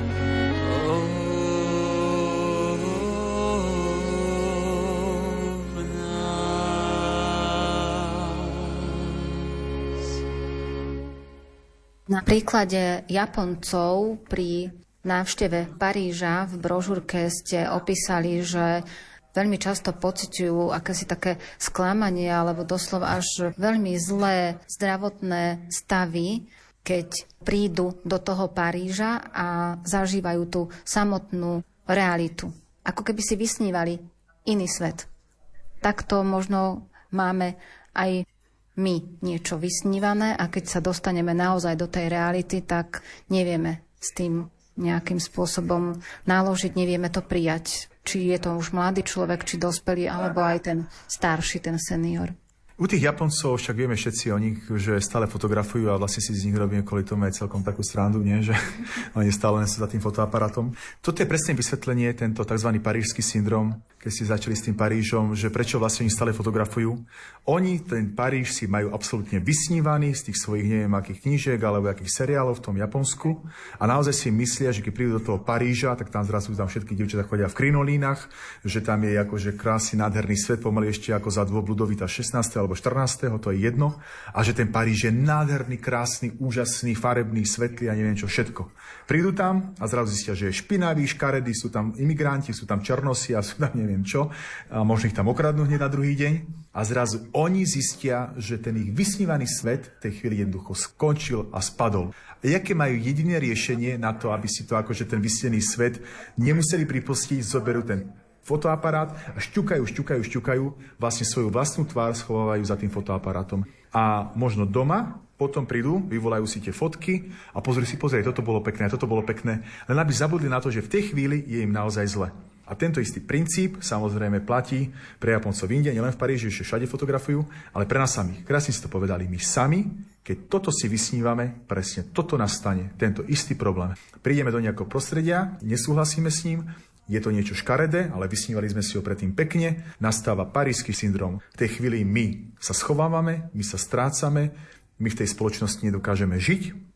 V nás. Na príklade Japoncov pri návšteve Paríža v brožúrke ste opísali, že veľmi často pociťujú akési také sklamanie alebo doslova až veľmi zlé zdravotné stavy, keď prídu do toho Paríža a zažívajú tú samotnú realitu. Ako keby si vysnívali iný svet. Takto možno máme aj my niečo vysnívané a keď sa dostaneme naozaj do tej reality, tak nevieme s tým nejakým spôsobom naložiť, nevieme to prijať. Či je to už mladý človek, či dospelý, alebo aj ten starší, ten senior. U tých Japoncov však vieme všetci o nich, že stále fotografujú a vlastne si z nich robíme kvôli tomu aj celkom takú srandu, nie? Že oni stále len sú za tým fotoaparátom. Toto je presne vysvetlenie, tento tzv. Parížský syndrom, keď ste začali s tým Parížom, že prečo vlastne oni stále fotografujú. Oni ten Paríž si majú absolútne vysnívaný z tých svojich neviem akých knížiek alebo akých seriálov v tom Japonsku a naozaj si myslia, že keď prídu do toho Paríža, tak tam zrazu tam všetky dievčatá chodia v krinolínach, že tam je akože krásny nádherný svet, pomaly ešte ako za dôb Ludovita 16. alebo 14., to je jedno, a že ten Paríž je nádherný, krásny, úžasný, farebný, svetlý a neviem čo všetko. Prídu tam a zrazu zistia, že je špinavý, škaredý, sú tam imigranti, sú tam černosi a sú tam neviem čo, a možno ich tam okradnú hneď na druhý deň a zrazu oni zistia, že ten ich vysnívaný svet v tej chvíli jednoducho skončil a spadol. A jaké majú jediné riešenie na to, aby si to akože ten vysnený svet nemuseli pripustiť, zoberú ten fotoaparát a šťukajú, vlastne svoju vlastnú tvár schovávajú za tým fotoaparátom. A možno doma potom prídu, vyvolajú si tie fotky a pozri, toto bolo pekné, len aby zabudli na to, že v tej chvíli je im naozaj zle. A tento istý princíp samozrejme platí pre Japoncov v Indii, nielen v Paríži, ešte všade fotografujú, ale pre nás samých. Krásne si to povedali. My sami, keď toto si vysnívame, presne toto nastane, tento istý problém. Prídeme do nejakého prostredia, nesúhlasíme s ním, je to niečo škaredé, ale vysnívali sme si ho predtým pekne, nastáva parížsky syndrom. V tej chvíli my sa schovávame, my sa strácame, my v tej spoločnosti nedokážeme žiť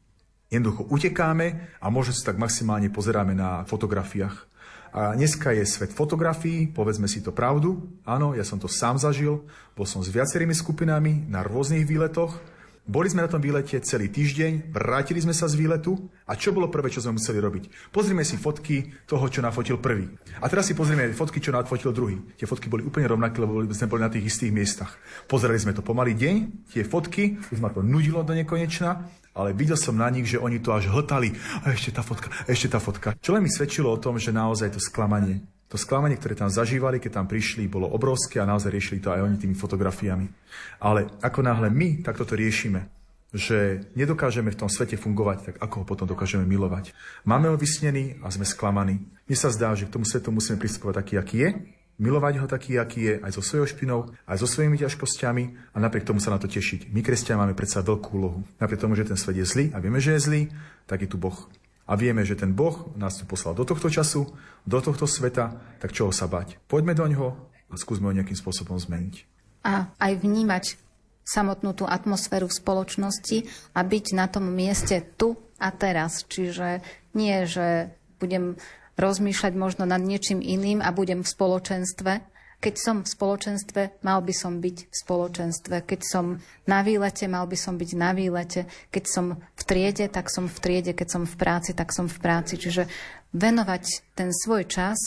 Jednoducho utekáme a možno si tak maximálne pozeráme na fotografiách. A dneska je svet fotografií, povedzme si to pravdu. Áno, ja som to sám zažil, bol som s viacerými skupinami na rôznych výletoch. Boli sme na tom výlete celý týždeň, vrátili sme sa z výletu a čo bolo prvé, čo sme museli robiť? Pozrime si fotky toho, čo nafotil prvý. A teraz si pozrieme fotky, čo nafotil druhý. Tie fotky boli úplne rovnaké, lebo sme boli na tých istých miestach. Pozerali sme to pomalý deň, tie fotky, už ma to nudilo do nekonečna, ale videl som na nich, že oni to až hltali. A ešte tá fotka. Čo len mi svedčilo o tom, že naozaj to sklamanie, ktoré tam zažívali, keď tam prišli, bolo obrovské a naozaj riešili to aj oni tými fotografiami. Ale ako náhle my takto to riešime, že nedokážeme v tom svete fungovať, tak ako ho potom dokážeme milovať? Máme ho vysnený a sme sklamaní. Mne sa zdá, že k tomu svetu musíme pristupovať taký, aký je, milovať ho taký, aký je, aj so svojou špinou, aj so svojimi ťažkosťami a napriek tomu sa na to tešiť. My, kresťania, máme predsa veľkú úlohu. Napriek tomu, že ten svet je zlý a vieme, že je zlý, tak je tu Boh. A vieme, že ten Boh nás tu poslal do tohto času, do tohto sveta, tak čoho sa bať? Poďme do ňoho a skúsme ho nejakým spôsobom zmeniť. A aj vnímať samotnú tú atmosféru v spoločnosti a byť na tom mieste tu a teraz. Čiže nie, že budem rozmýšľať možno nad niečím iným a budem v spoločenstve. Keď som v spoločenstve, mal by som byť v spoločenstve. Keď som na výlete, mal by som byť na výlete. Keď som v triede, tak som v triede. Keď som v práci, tak som v práci. Čiže venovať ten svoj čas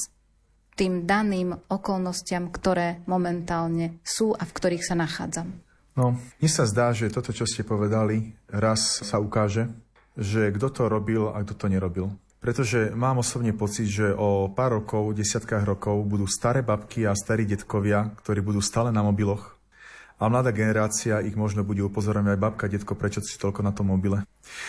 tým daným okolnostiam, ktoré momentálne sú a v ktorých sa nachádzam. No, mne sa zdá, že toto, čo ste povedali, raz sa ukáže, že kto to robil a kto to nerobil. Pretože mám osobne pocit, že o pár rokov, desiatkách rokov budú staré babky a starí detkovia, ktorí budú stále na mobiloch. A mladá generácia ich možno bude upozorňovať aj babka, detko, prečo si toľko na tom mobile.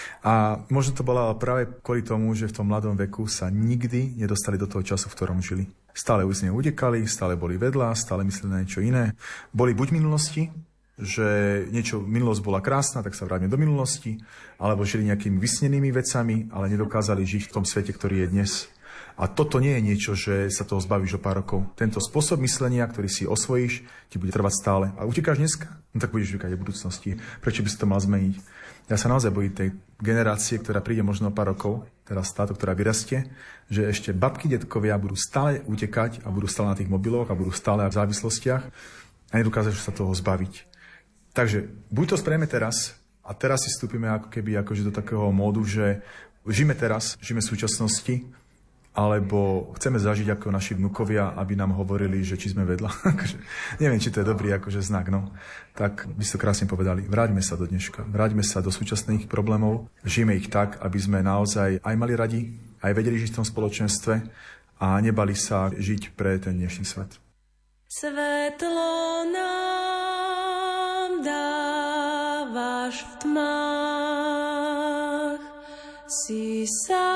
A možno to bola práve kvôli tomu, že v tom mladom veku sa nikdy nedostali do toho času, v ktorom žili. Stále už z neho utekali, stále boli vedľa, stále mysleli na niečo iné. Boli buď v minulosti, že minulosť bola krásna, tak sa vráťme do minulosti, alebo žili nejakými vysnenými vecami, ale nedokázali žiť v tom svete, ktorý je dnes. A toto nie je niečo, že sa toho zbavíš o pár rokov. Tento spôsob myslenia, ktorý si osvojíš, ti bude trvať stále. A utekáš dneska? No tak budeš utekať v budúcnosti. Prečo by si to mal zmeniť? Ja sa naozaj bojím tej generácie, ktorá príde možno o pár rokov, teraz táto, ktorá vyrastie, že ešte babky, detkovia budú stále utekať a budú stále na tých mobiloch a budú stále v závislostiach a nedokážu sa toho zbaviť. Takže buď to spravíme teraz a teraz si vstúpime ako keby akože do takého módu, že žijeme teraz, žijeme v súčasnosti, alebo chceme zažiť ako naši vnukovia, aby nám hovorili, že či sme vedľa. Neviem, či to je dobrý akože znak, no. Tak by ste to krásne povedali. Vráťme sa do dneška, vráťme sa do súčasných problémov, žijeme ich tak, aby sme naozaj aj mali radi, aj vedeli žiť v tom spoločenstve a nebali sa žiť pre ten dnešný svet. Svetlo nám dávaš v tmách, si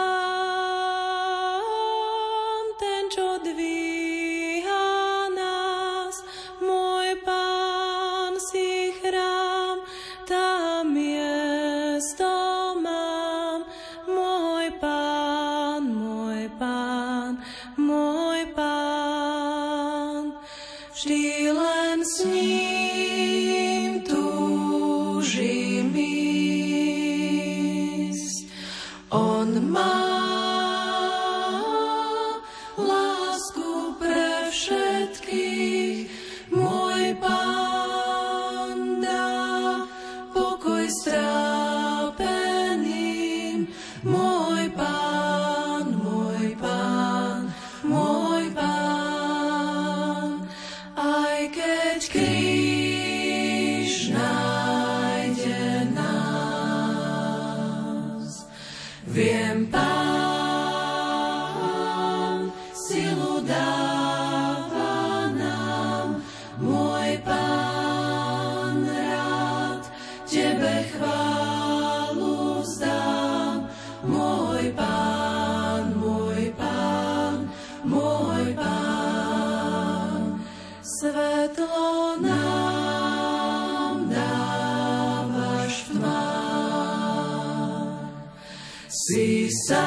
sám ten, čo dvíha nás, môj Pán si chrám, tam miesto mám, môj Pán, môj Pán, môj Pán. Vždy len s ním túžim ísť. On má lásku pre všetkých. Môj Pán dá pokoj strápeným. Môj Pán, môj Pán, môj Pán. Aj keď kríž nájde nás, viem, Pán silu dáva nám. Môj Pán, rád Tebe chválu vzdám. Môj Pán, môj Pán, môj Pán. Svetlo nám dávaš v tmách. Si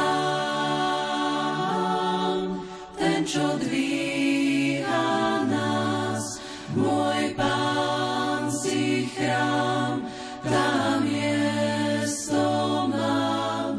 sám ten, čo dvíha nás. Môj Pán si chrám, tam miesto mám.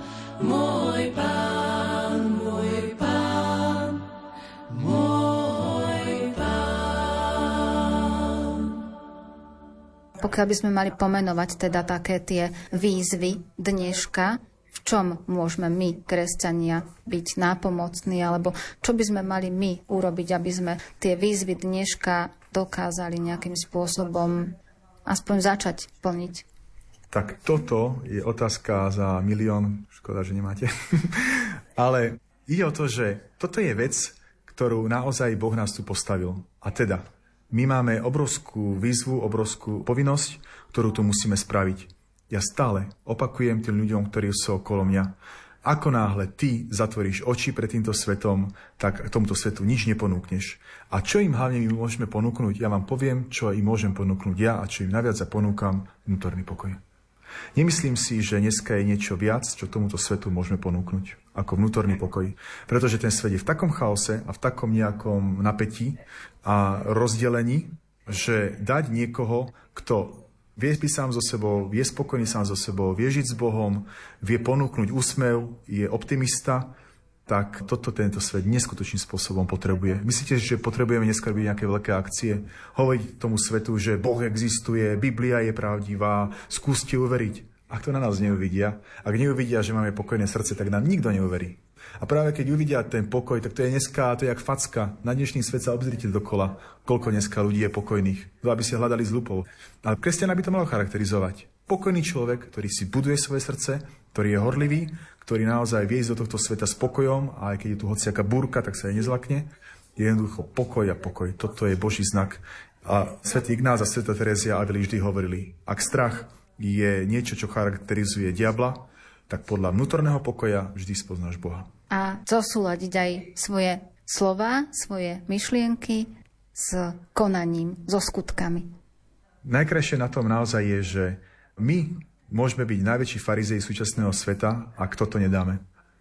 Pokiaľ by sme mali pomenovať teda také tie výzvy dneška, v čom môžeme my, kresťania, byť nápomocní, alebo čo by sme mali my urobiť, aby sme tie výzvy dneška dokázali nejakým spôsobom aspoň začať plniť? Tak toto je otázka za milión. Škoda, že nemáte. Ale ide o to, že toto je vec, ktorú naozaj Boh nás tu postavil. A teda, my máme obrovskú výzvu, obrovskú povinnosť, ktorú tu musíme spraviť. Ja stále opakujem tým ľuďom, ktorí sú okolo mňa. Ako náhle ty zatvoríš oči pred týmto svetom, tak tomuto svetu nič neponúkneš. A čo im hlavne my môžeme ponúknuť? Ja vám poviem, čo im môžem ponúknuť ja a čo im naviac ponúkam, vnútorný pokoj. Nemyslím si, že dneska je niečo viac, čo tomuto svetu môžeme ponúknuť, ako vnútorný pokoj. Pretože ten svet je v takom chaose a v takom nejakom napätí a rozdelení, že dať niekoho, kto vie byť sám so sebou, vie spokojný sám so sebou, vie žiť s Bohom, vie ponúknuť úsmev, je optimista, tak tento svet neskutočným spôsobom potrebuje. Myslíte, že potrebujeme dneska robiť nejaké veľké akcie? Hovoriť tomu svetu, že Boh existuje, Biblia je pravdivá, skúste uveriť. Ak to na nás neuvidia, ak neuvidia, že máme pokojné srdce, tak nám nikto neuverí. A práve keď uvidia ten pokoj, tak to je dneska, to je jak facka. Na dnešný svet sa obzrite dokola, koľko dneska ľudí je pokojných, aby si hľadali z lupov. Ale kresťana by to malo charakterizovať. Pokojný človek, ktorý si buduje svoje srdce, ktorý je horlivý, ktorý naozaj vie ísť do tohto sveta s pokojom, a aj keď je tu hociaká búrka, tak sa jej nezlakne. Je jednoducho pokoj a pokoj. Toto je Boží znak. A svätý Ignác a svätá Terezia Avila vždy hovorili, ak strach je niečo, čo charakterizuje diabla, tak podľa vnútorného pokoja vždy spoznáš Boha. A zosúladiť aj svoje slová, svoje myšlienky s konaním, so skutkami. Najkrajšie na tom naozaj je, že my môžeme byť najväčší farizei súčasného sveta, ak toto nedáme.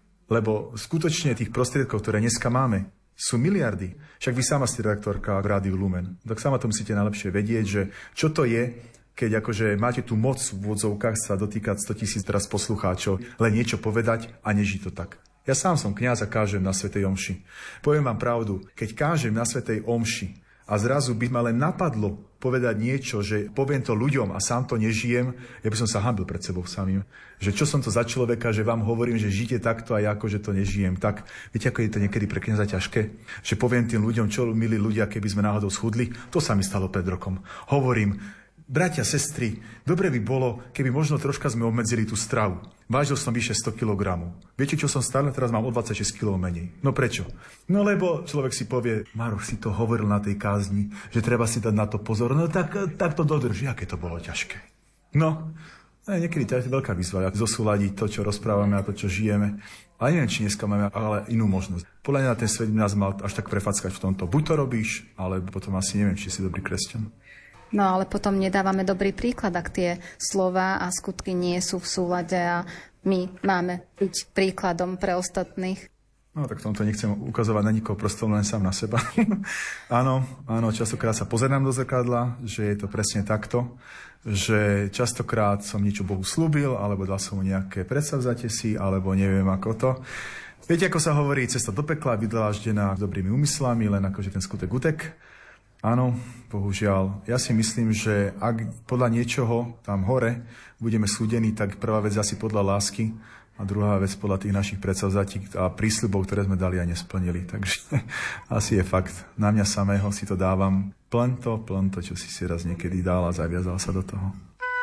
Lebo skutočne tých prostriedkov, ktoré dneska máme, sú miliardy. Však vy sama ste redaktorka v Rádiu Lumen. Tak sama to musíte najlepšie vedieť, že čo to je, keď akože máte tú moc v úvodzovkách sa dotýkať 100 000 teraz poslucháčov, len niečo povedať a nežiť to tak. Ja sám som kňaz a kážem na svätej omši. Poviem vám pravdu, keď kážem na svätej omši a zrazu by ma len napadlo povedať niečo, že poviem to ľuďom a sám to nežijem, ja by som sa hanbil pred sebou samým. Že čo som to za človeka, že vám hovorím, že žite takto a ja akože to nežijem. Tak viete, ako je to niekedy pre kňaza ťažké? Že poviem tým ľuďom, čo milí ľudia, keby sme náhodou schudli, to sa mi stalo pred rokom. Hovorím, bratia, sestry, dobre by bolo, keby možno troška sme obmedzili tú stravu. Vážil som vyše 100 kg. Viete, čo som stále? Teraz mám o 26 kg menej. No prečo? No lebo človek si povie, Maroš si to hovoril na tej kázni, že treba si dať na to pozor. No tak to dodrží, aké to bolo ťažké. No, niekedy to je veľká výzva, zosúľadiť to, čo rozprávame a to, čo žijeme. Ale neviem, či dneska máme ale inú možnosť. Podľa mňa ten svet nás mal až tak prefackať v tomto. Buď to robíš, alebo potom asi neviem, či si dobrý kresťan. No ale potom nedávame dobrý príklad, ak tie slová a skutky nie sú v súlade a my máme byť príkladom pre ostatných. No tak v tomto nechcem ukazovať na nikoho prstom, len sám na seba. Áno, častokrát sa pozerám do zrkadla, že je to presne takto, že častokrát som niečo Bohu slúbil, alebo dal som mu nejaké predsavzatie si, alebo neviem ako to. Viete, ako sa hovorí, cesta do pekla vydláždená dobrými úmyslami, len akože ten skutek utek. Áno, bohužiaľ. Ja si myslím, že ak podľa niečoho tam hore budeme súdení, tak prvá vec asi podľa lásky a druhá vec podľa tých našich predsavzatí a prísľubov, ktoré sme dali a nesplnili. Takže asi je fakt. Na mňa samého si to dávam. Plň to, čo si raz niekedy dal a zaviazal sa do toho.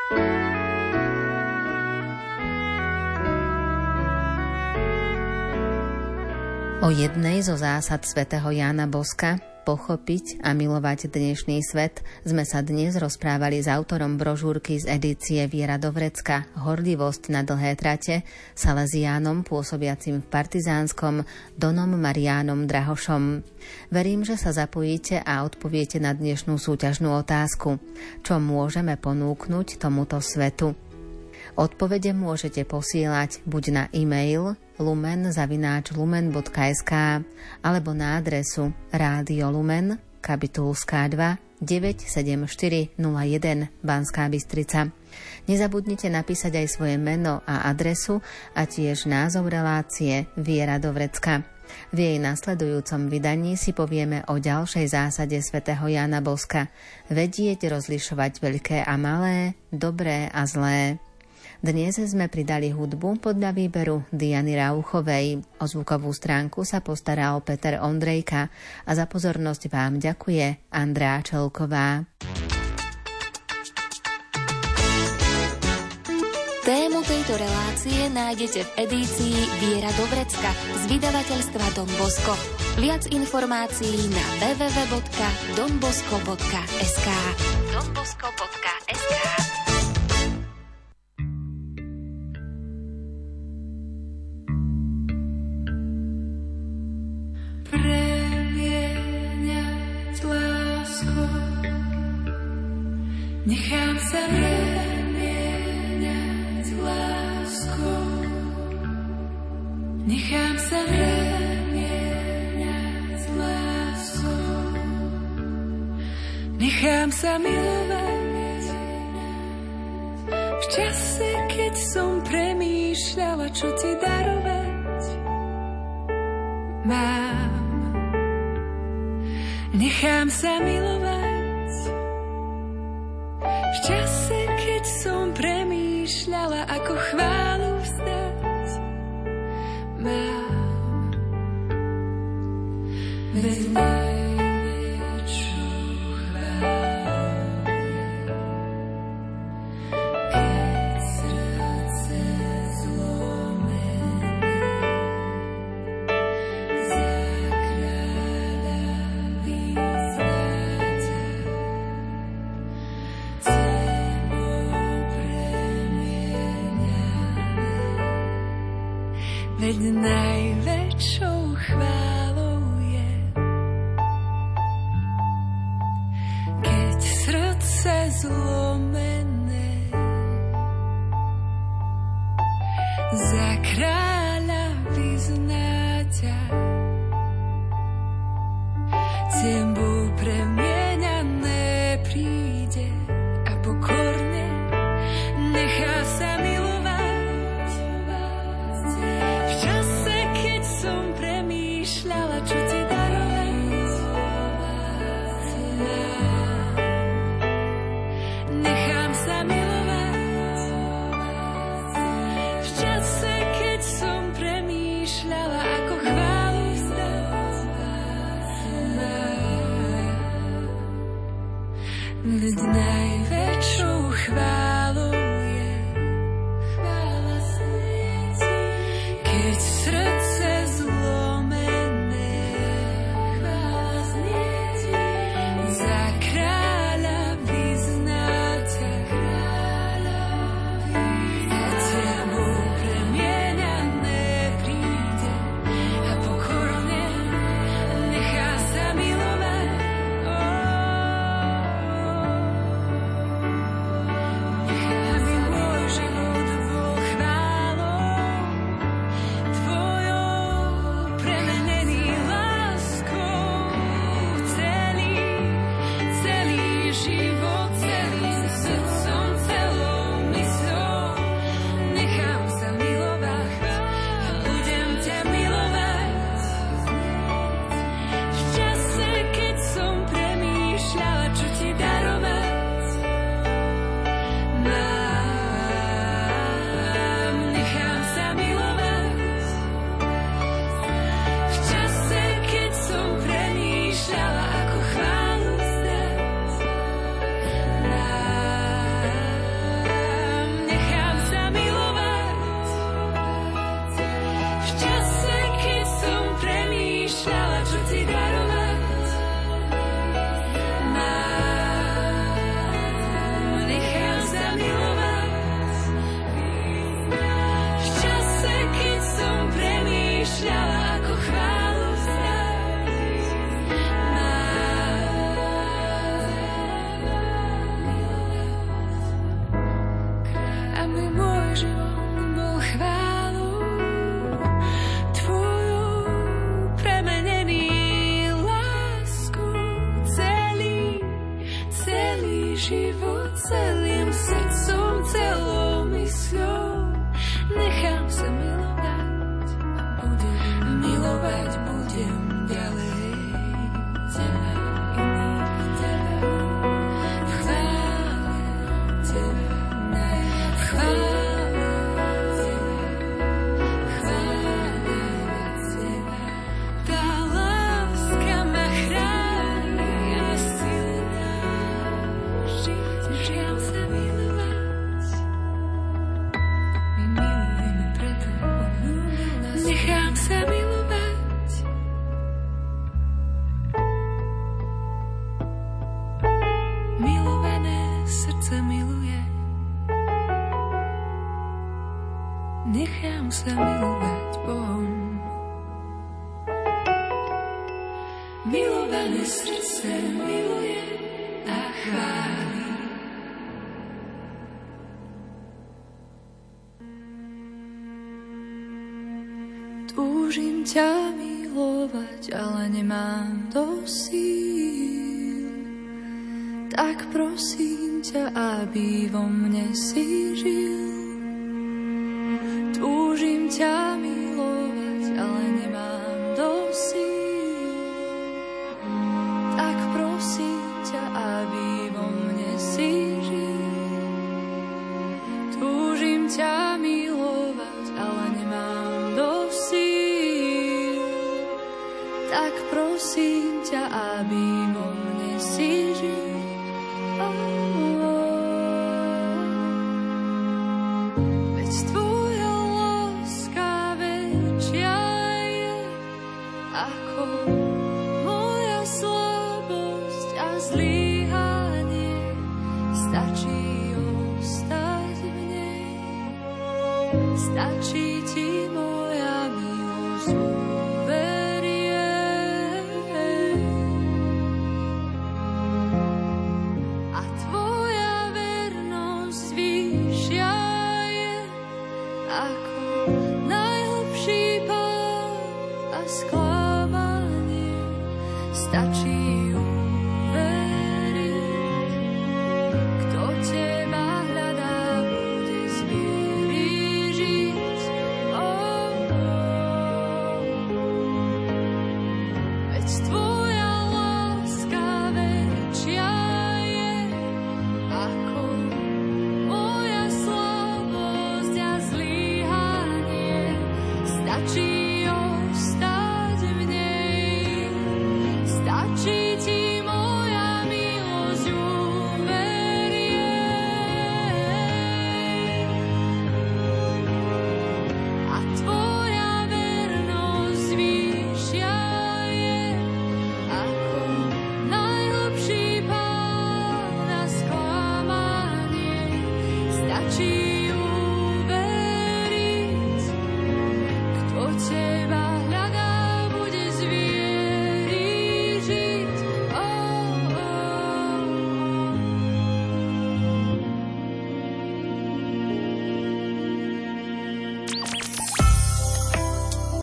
O jednej zo zásad svätého Jána Boska, pochopiť a milovať dnešný svet, sme sa dnes rozprávali s autorom brožúrky z edície Viera do vrecka Horlivosť na dlhé trate, Salesiánom pôsobiacim v Partizánskom, Donom Mariánom Drahošom. Verím, že sa zapojíte a odpoviete na dnešnú súťažnú otázku. Čo môžeme ponúknuť tomuto svetu? Odpovede môžete posielať buď na e-mail lumen@lumen.sk alebo na adresu Rádio Lumen, Kapitulská 2, 97401 Banská Bystrica. Nezabudnite napísať aj svoje meno a adresu a tiež názov relácie Viera do vrecka. V jej nasledujúcom vydaní si povieme o ďalšej zásade svätého Jána Boska – vedieť rozlišovať veľké a malé, dobré a zlé. Dnes sme pridali hudbu podľa výberu Diany Rauchovej. O zvukovú stránku sa postaral Peter Ondrejka a za pozornosť vám ďakuje Andrea Čelková. Tému tejto relácie nájdete v edícii Viera do vrecka z vydavateľstva Don Bosco. Viac informácií na www.donbosco.sk. Premieňať láskou, nechám sa nechám sa premieňať láskou, nechám sa milovať. V čase, keď som premýšľala, čo ti darovať mám, nechám sa milovať. V čase, keď som premýšľala, ako chválu vzdať mám, veď najväčšiu chválu, keď srdce zlomené za kráľa vyznať tebou premieňané. Veď najväčšou chválou je, keď srdce zlomené za kráľa vyzná ťa, tebou premieňané príde a pokorne nechá sa milovať. Čo ti darovať nechám sa milovať. V čase, keď som premýšľala, ako chválu vzdať veď najväčšou chválou je chvála smrti, keď srdce život celým srdcom, celou mysľou. Nechám sa milovať a budem milovať. nemusia milovať Bohom. Milované srdce miluje a chváli. Túžim ťa milovať, ale nemám dosť síl. Tak prosím ťa, aby vo mne si žil. Túžim ťa milovať, ale nemám dosť síl. Tak prosím ťa, aby vo mne si žil. Túžim ťa milovať, ale nemám dosť síl. Tak prosím ťa, aby vo mne si žil. Veď tvoja láska väčšia je ako moja slabosť a zlyhanie. Stačí ostať v nej, stačí ti moja milosť uverieť. A tvoja vernosť vyššia je ako najhlbší pád a sklamanie. Stačí uveriť, kto teba hľadá, bude z viery žiť. Veď tvoja láska väčšia je ako moja slabosť a zlyhanie. Stačí